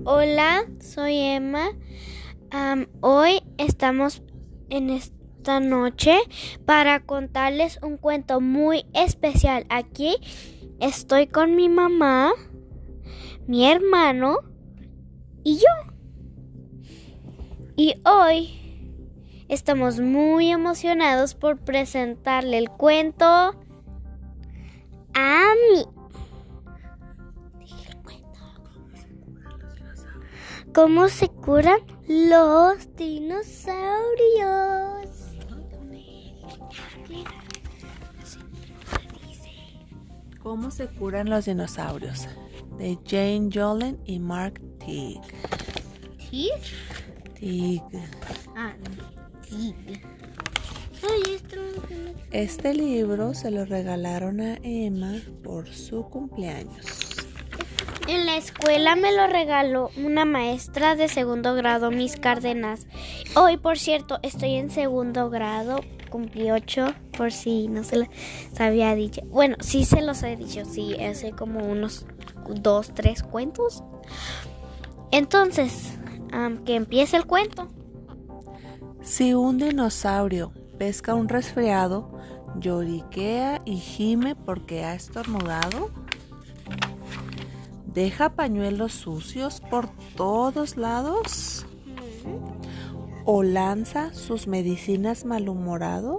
Hola, soy Emma. Hoy estamos en esta noche para contarles un cuento muy especial. Aquí estoy con mi mamá, mi hermano y yo. Y hoy estamos muy emocionados por presentarle el cuento a mí. ¿Cómo se curan los dinosaurios? ¿Cómo se curan los dinosaurios? De Jane Yolen y Mark Tighe. ¿Tig? Tighe. Tig. Este libro se lo regalaron a Emma por su cumpleaños. En la escuela me lo regaló una maestra de segundo grado, Miss Cárdenas. Hoy, por cierto, estoy en segundo grado. Cumplí 8, por si no se los había dicho. Bueno, sí se los he dicho, sí, hace como unos 2, 3 cuentos. Entonces, que empiece el cuento. Si un dinosaurio pesca un resfriado, lloriquea y gime porque ha estornudado, deja pañuelos sucios por todos lados, o lanza sus medicinas malhumorado,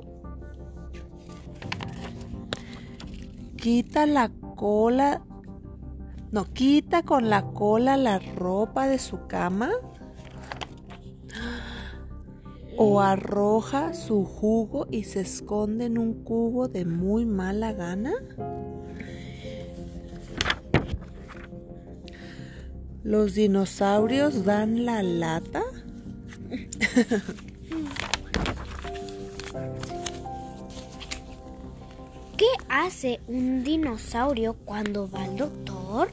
quita con la cola la ropa de su cama, o arroja su jugo y se esconde en un cubo de muy mala gana. ¿Los dinosaurios dan la lata? ¿Qué hace un dinosaurio cuando va al doctor?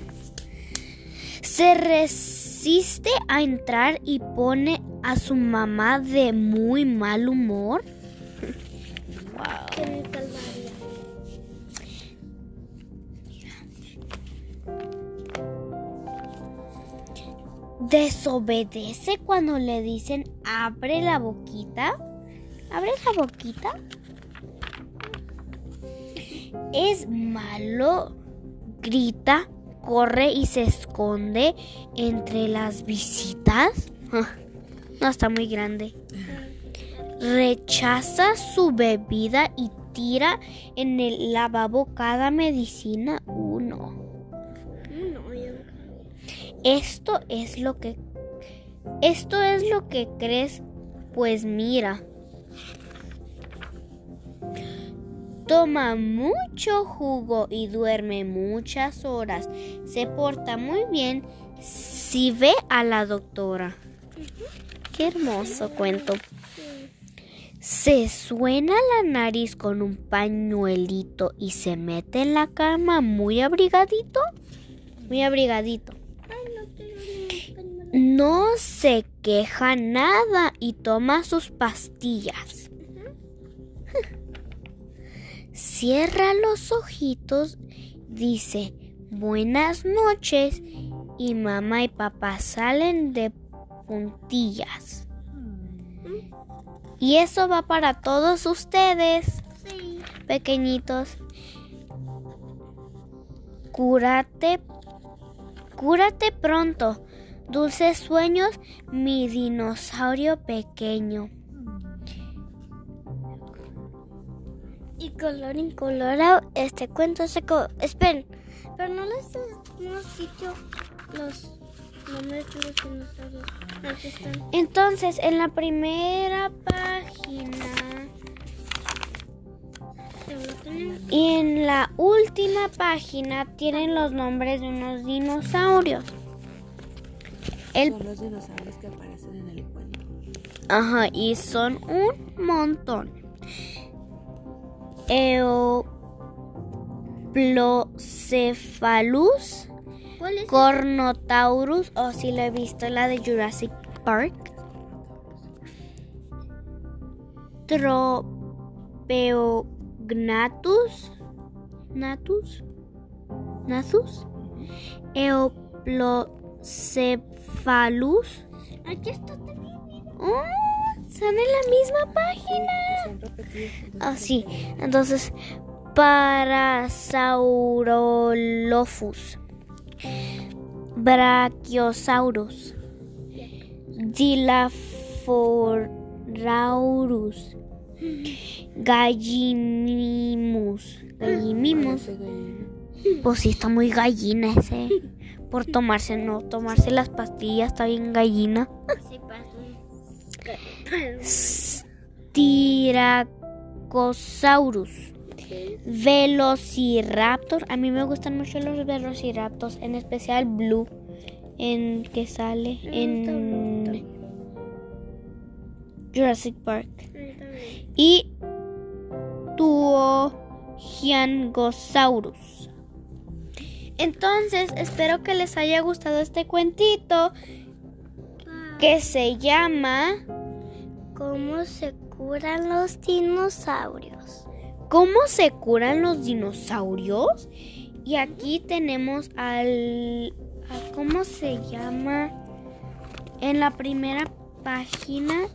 Se resiste a entrar y pone a su mamá de muy mal humor. Wow. Desobedece cuando le dicen abre la boquita. ¿Abre la boquita? Es malo, grita, corre y se esconde entre las visitas. No, está muy grande. Rechaza su bebida y tira en el lavabo cada medicina uno. Esto es lo que crees, pues mira. Toma mucho jugo y duerme muchas horas. Se porta muy bien si ve a la doctora. Qué hermoso cuento. Se suena la nariz con un pañuelito y se mete en la cama muy abrigadito. Muy abrigadito. No se queja nada y toma sus pastillas. Cierra los ojitos, dice buenas noches y mamá y papá salen de puntillas. Y eso va para todos ustedes, sí, pequeñitos. Cúrate pronto. Dulces sueños, mi dinosaurio pequeño. Y color incolorado, este cuento se... Esperen, pero no les hemos dicho los nombres de los dinosaurios. Aquí están. Entonces, en la primera página y en la última página tienen los nombres de unos dinosaurios. Son los dinosaurios que aparecen en el cuento. Ajá, y son un montón. Eoplocephalus, Cornotaurus, o si lo he visto, la de Jurassic Park. Tropeognathus, Eoplocephalus, Paracephalus. Aquí está también. Oh, están en la misma página. Ah, sí. Entonces, Parasaurolophus, Brachiosaurus, Dilophosaurus, Gallimimus. Pues sí, está muy gallina ese. Por tomarse las pastillas, está bien gallina. Styracosaurus, Velociraptor. A mí me gustan mucho los velociraptors, en especial Blue, en que sale en Jurassic Park. Y Tuogiangosaurus. Entonces, espero que les haya gustado este cuentito que se llama ¿Cómo se curan los dinosaurios? ¿Cómo se curan los dinosaurios? Y aquí tenemos ¿cómo se llama? En la primera página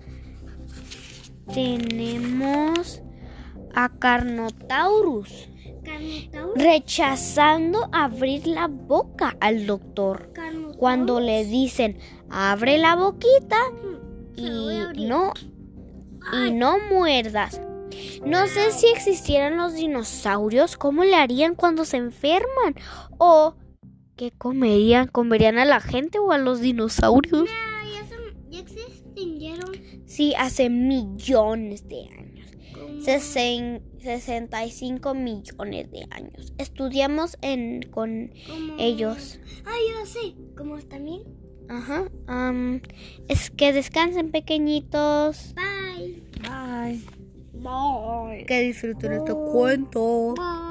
tenemos a Carnotaurus rechazando abrir la boca al doctor. Cuando le dicen, abre la boquita y no muerdas. No sé si existieran los dinosaurios, ¿cómo le harían cuando se enferman? ¿O qué comerían? ¿Comerían a la gente o a los dinosaurios? Ya se extinguieron. Sí, hace millones de años. 65 millones de años. Estudiamos con ellos. Yo sé. ¿Cómo también? Ajá. Es que descansen, pequeñitos. Bye. Bye. Bye. Que disfruten este cuento. Bye.